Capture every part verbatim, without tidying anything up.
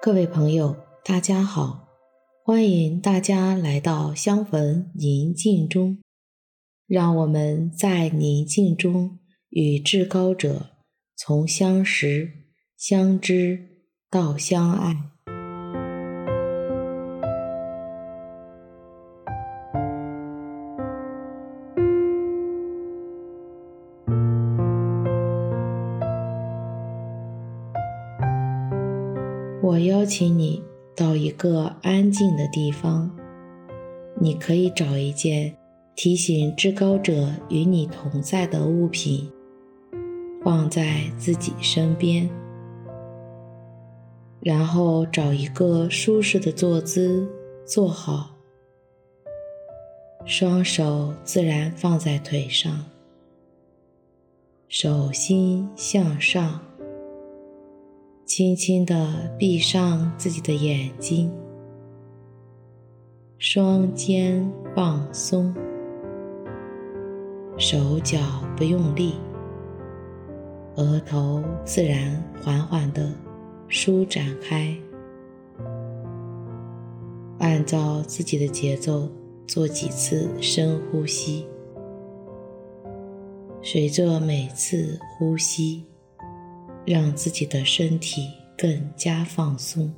各位朋友，大家好，欢迎大家来到相逢宁静中，让我们在宁静中与至高者从相识、相知到相爱。我邀请你到一个安静的地方，你可以找一件提醒至高者与你同在的物品，放在自己身边，然后找一个舒适的坐姿坐好，双手自然放在腿上，手心向上，轻轻地闭上自己的眼睛，双肩放松，手脚不用力，额头自然缓缓地舒展开，按照自己的节奏做几次深呼吸，随着每次呼吸让自己的身体更加放松。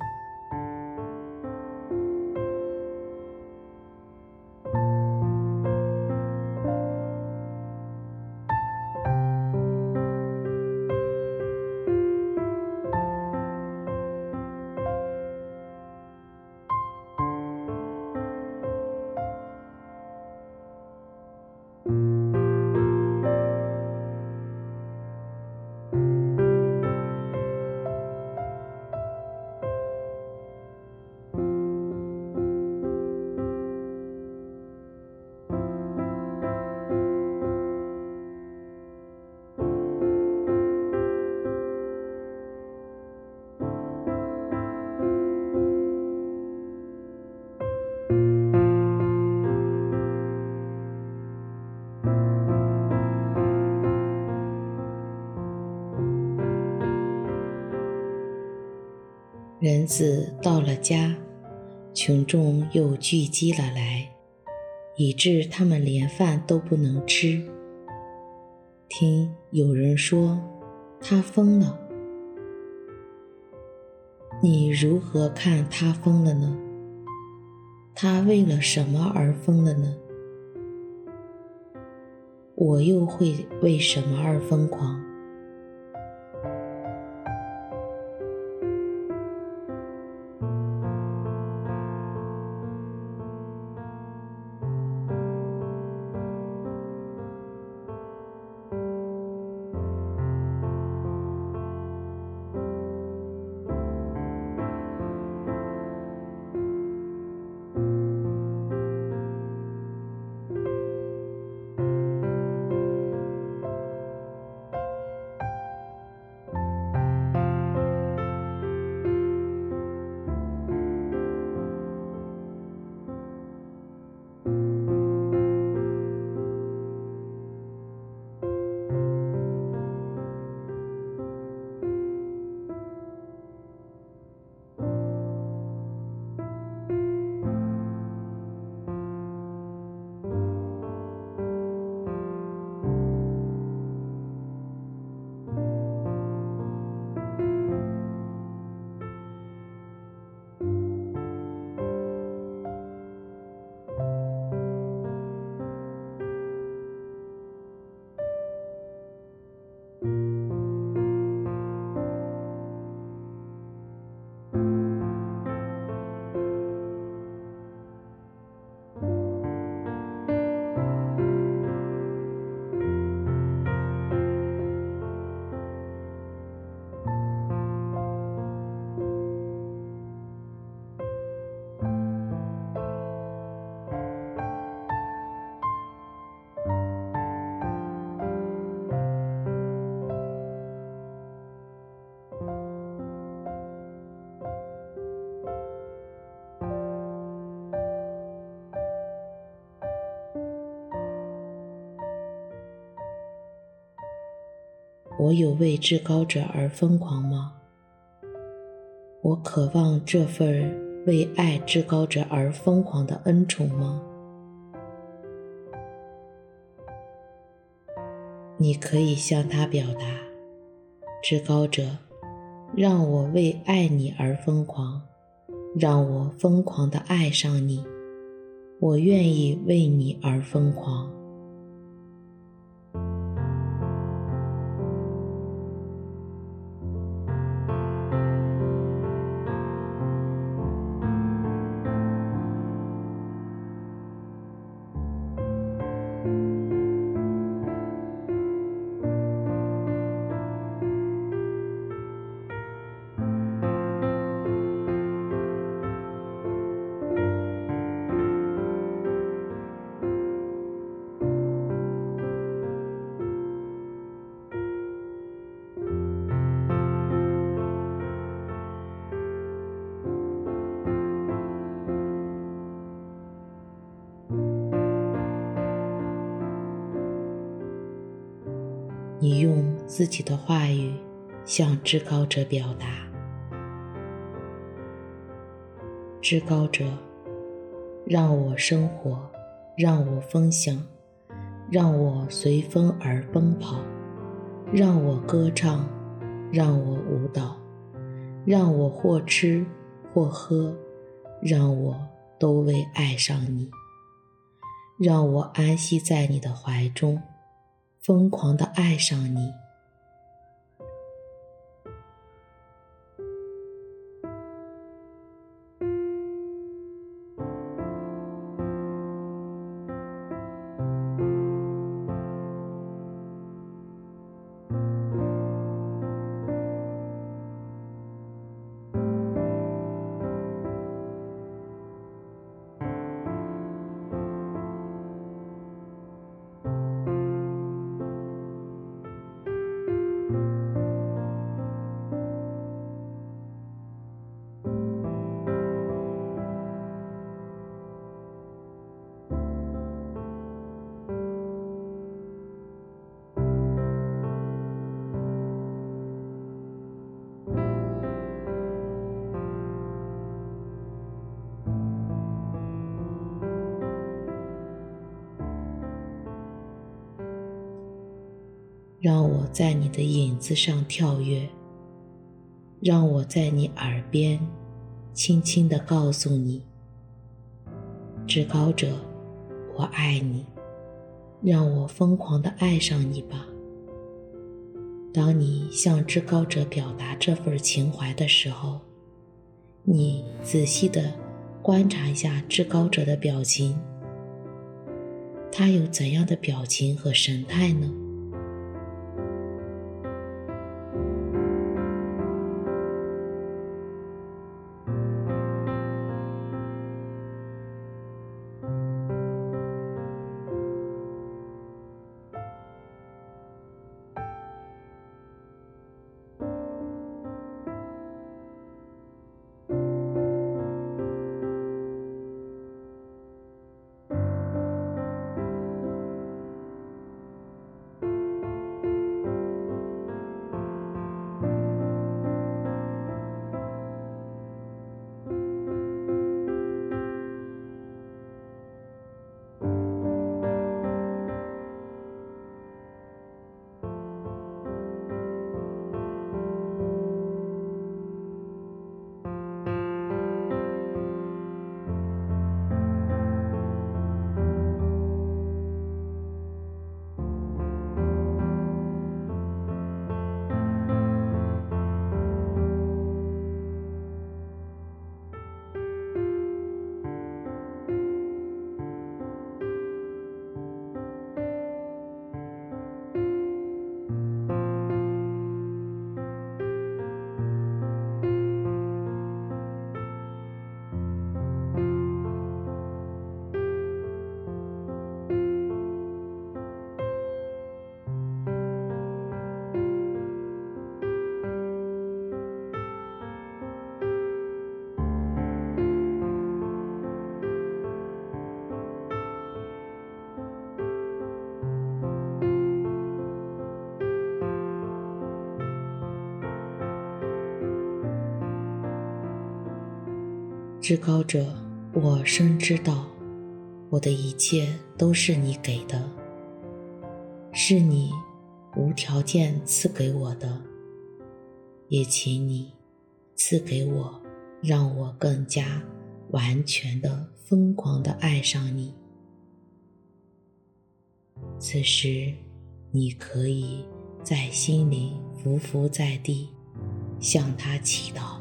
人子到了家，群众又聚集了来，以致他们连饭都不能吃。听有人说他疯了，你如何看他疯了呢？他为了什么而疯了呢？我又会为什么而疯狂？我有为至高者而疯狂吗？ 我渴望这份为爱至高者而疯狂的恩宠吗？你可以向他表达，至高者，让我为爱你而疯狂，让我疯狂地爱上你，我愿意为你而疯狂。你用自己的话语向至高者表达，至高者，让我生活，让我分享，让我随风而奔跑，让我歌唱，让我舞蹈，让我或吃或喝，让我都为爱上你，让我安息在你的怀中，疯狂地爱上你。让我在你的影子上跳跃，让我在你耳边轻轻地告诉你，至高者，我爱你，让我疯狂地爱上你吧。当你向至高者表达这份情怀的时候，你仔细地观察一下至高者的表情，他有怎样的表情和神态呢？ 至高者，我深知道，我的一切都是你给的，是你无条件赐给我的，也请你赐给我，让我更加完全的、疯狂的爱上你。此时，你可以在心里匍匐在地，向他祈祷。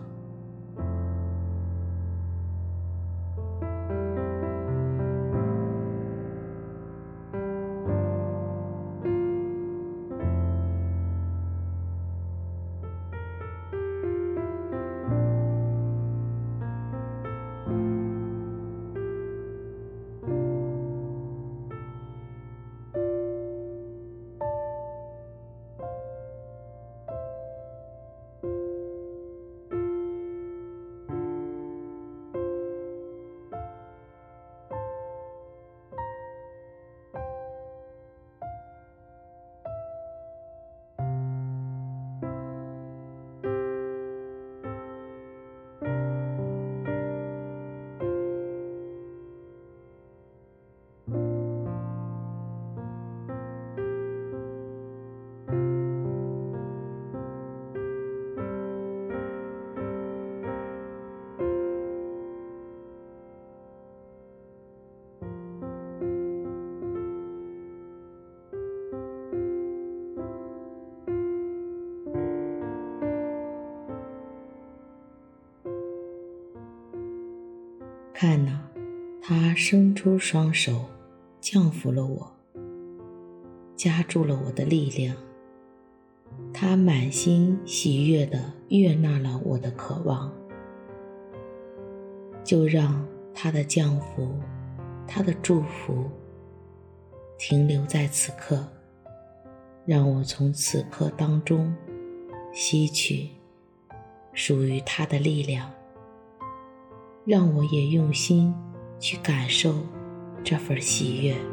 看哪，他伸出双手，降服了我，加注了我的力量。他满心喜悦地悦纳了我的渴望。就让他的降服，他的祝福停留在此刻，让我从此刻当中吸取属于他的力量，让我也用心去感受这份喜悦。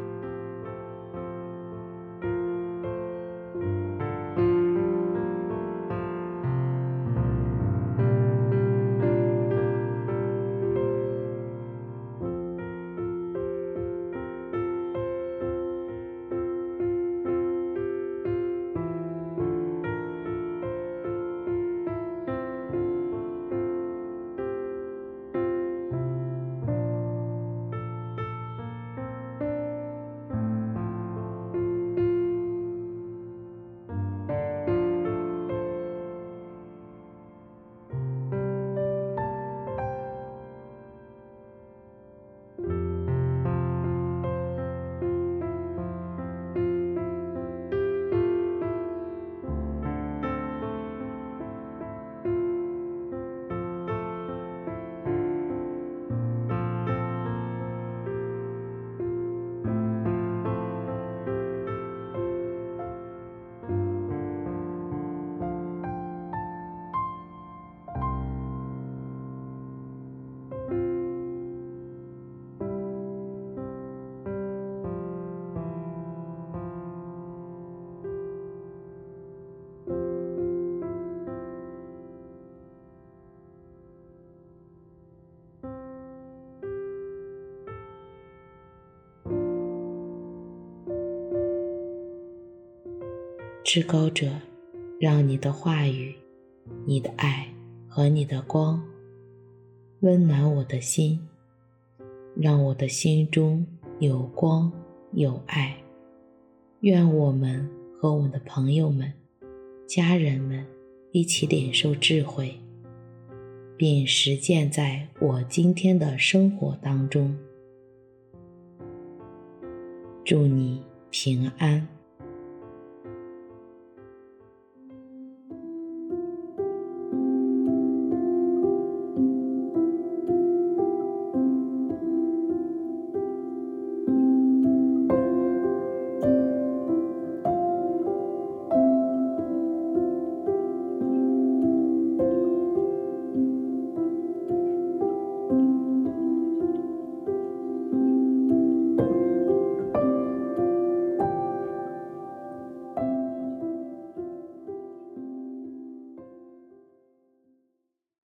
至高者，让你的话语、你的爱和你的光温暖我的心，让我的心中有光有爱。愿我们和我的朋友们、家人们一起领受智慧，并实践在我今天的生活当中。祝你平安。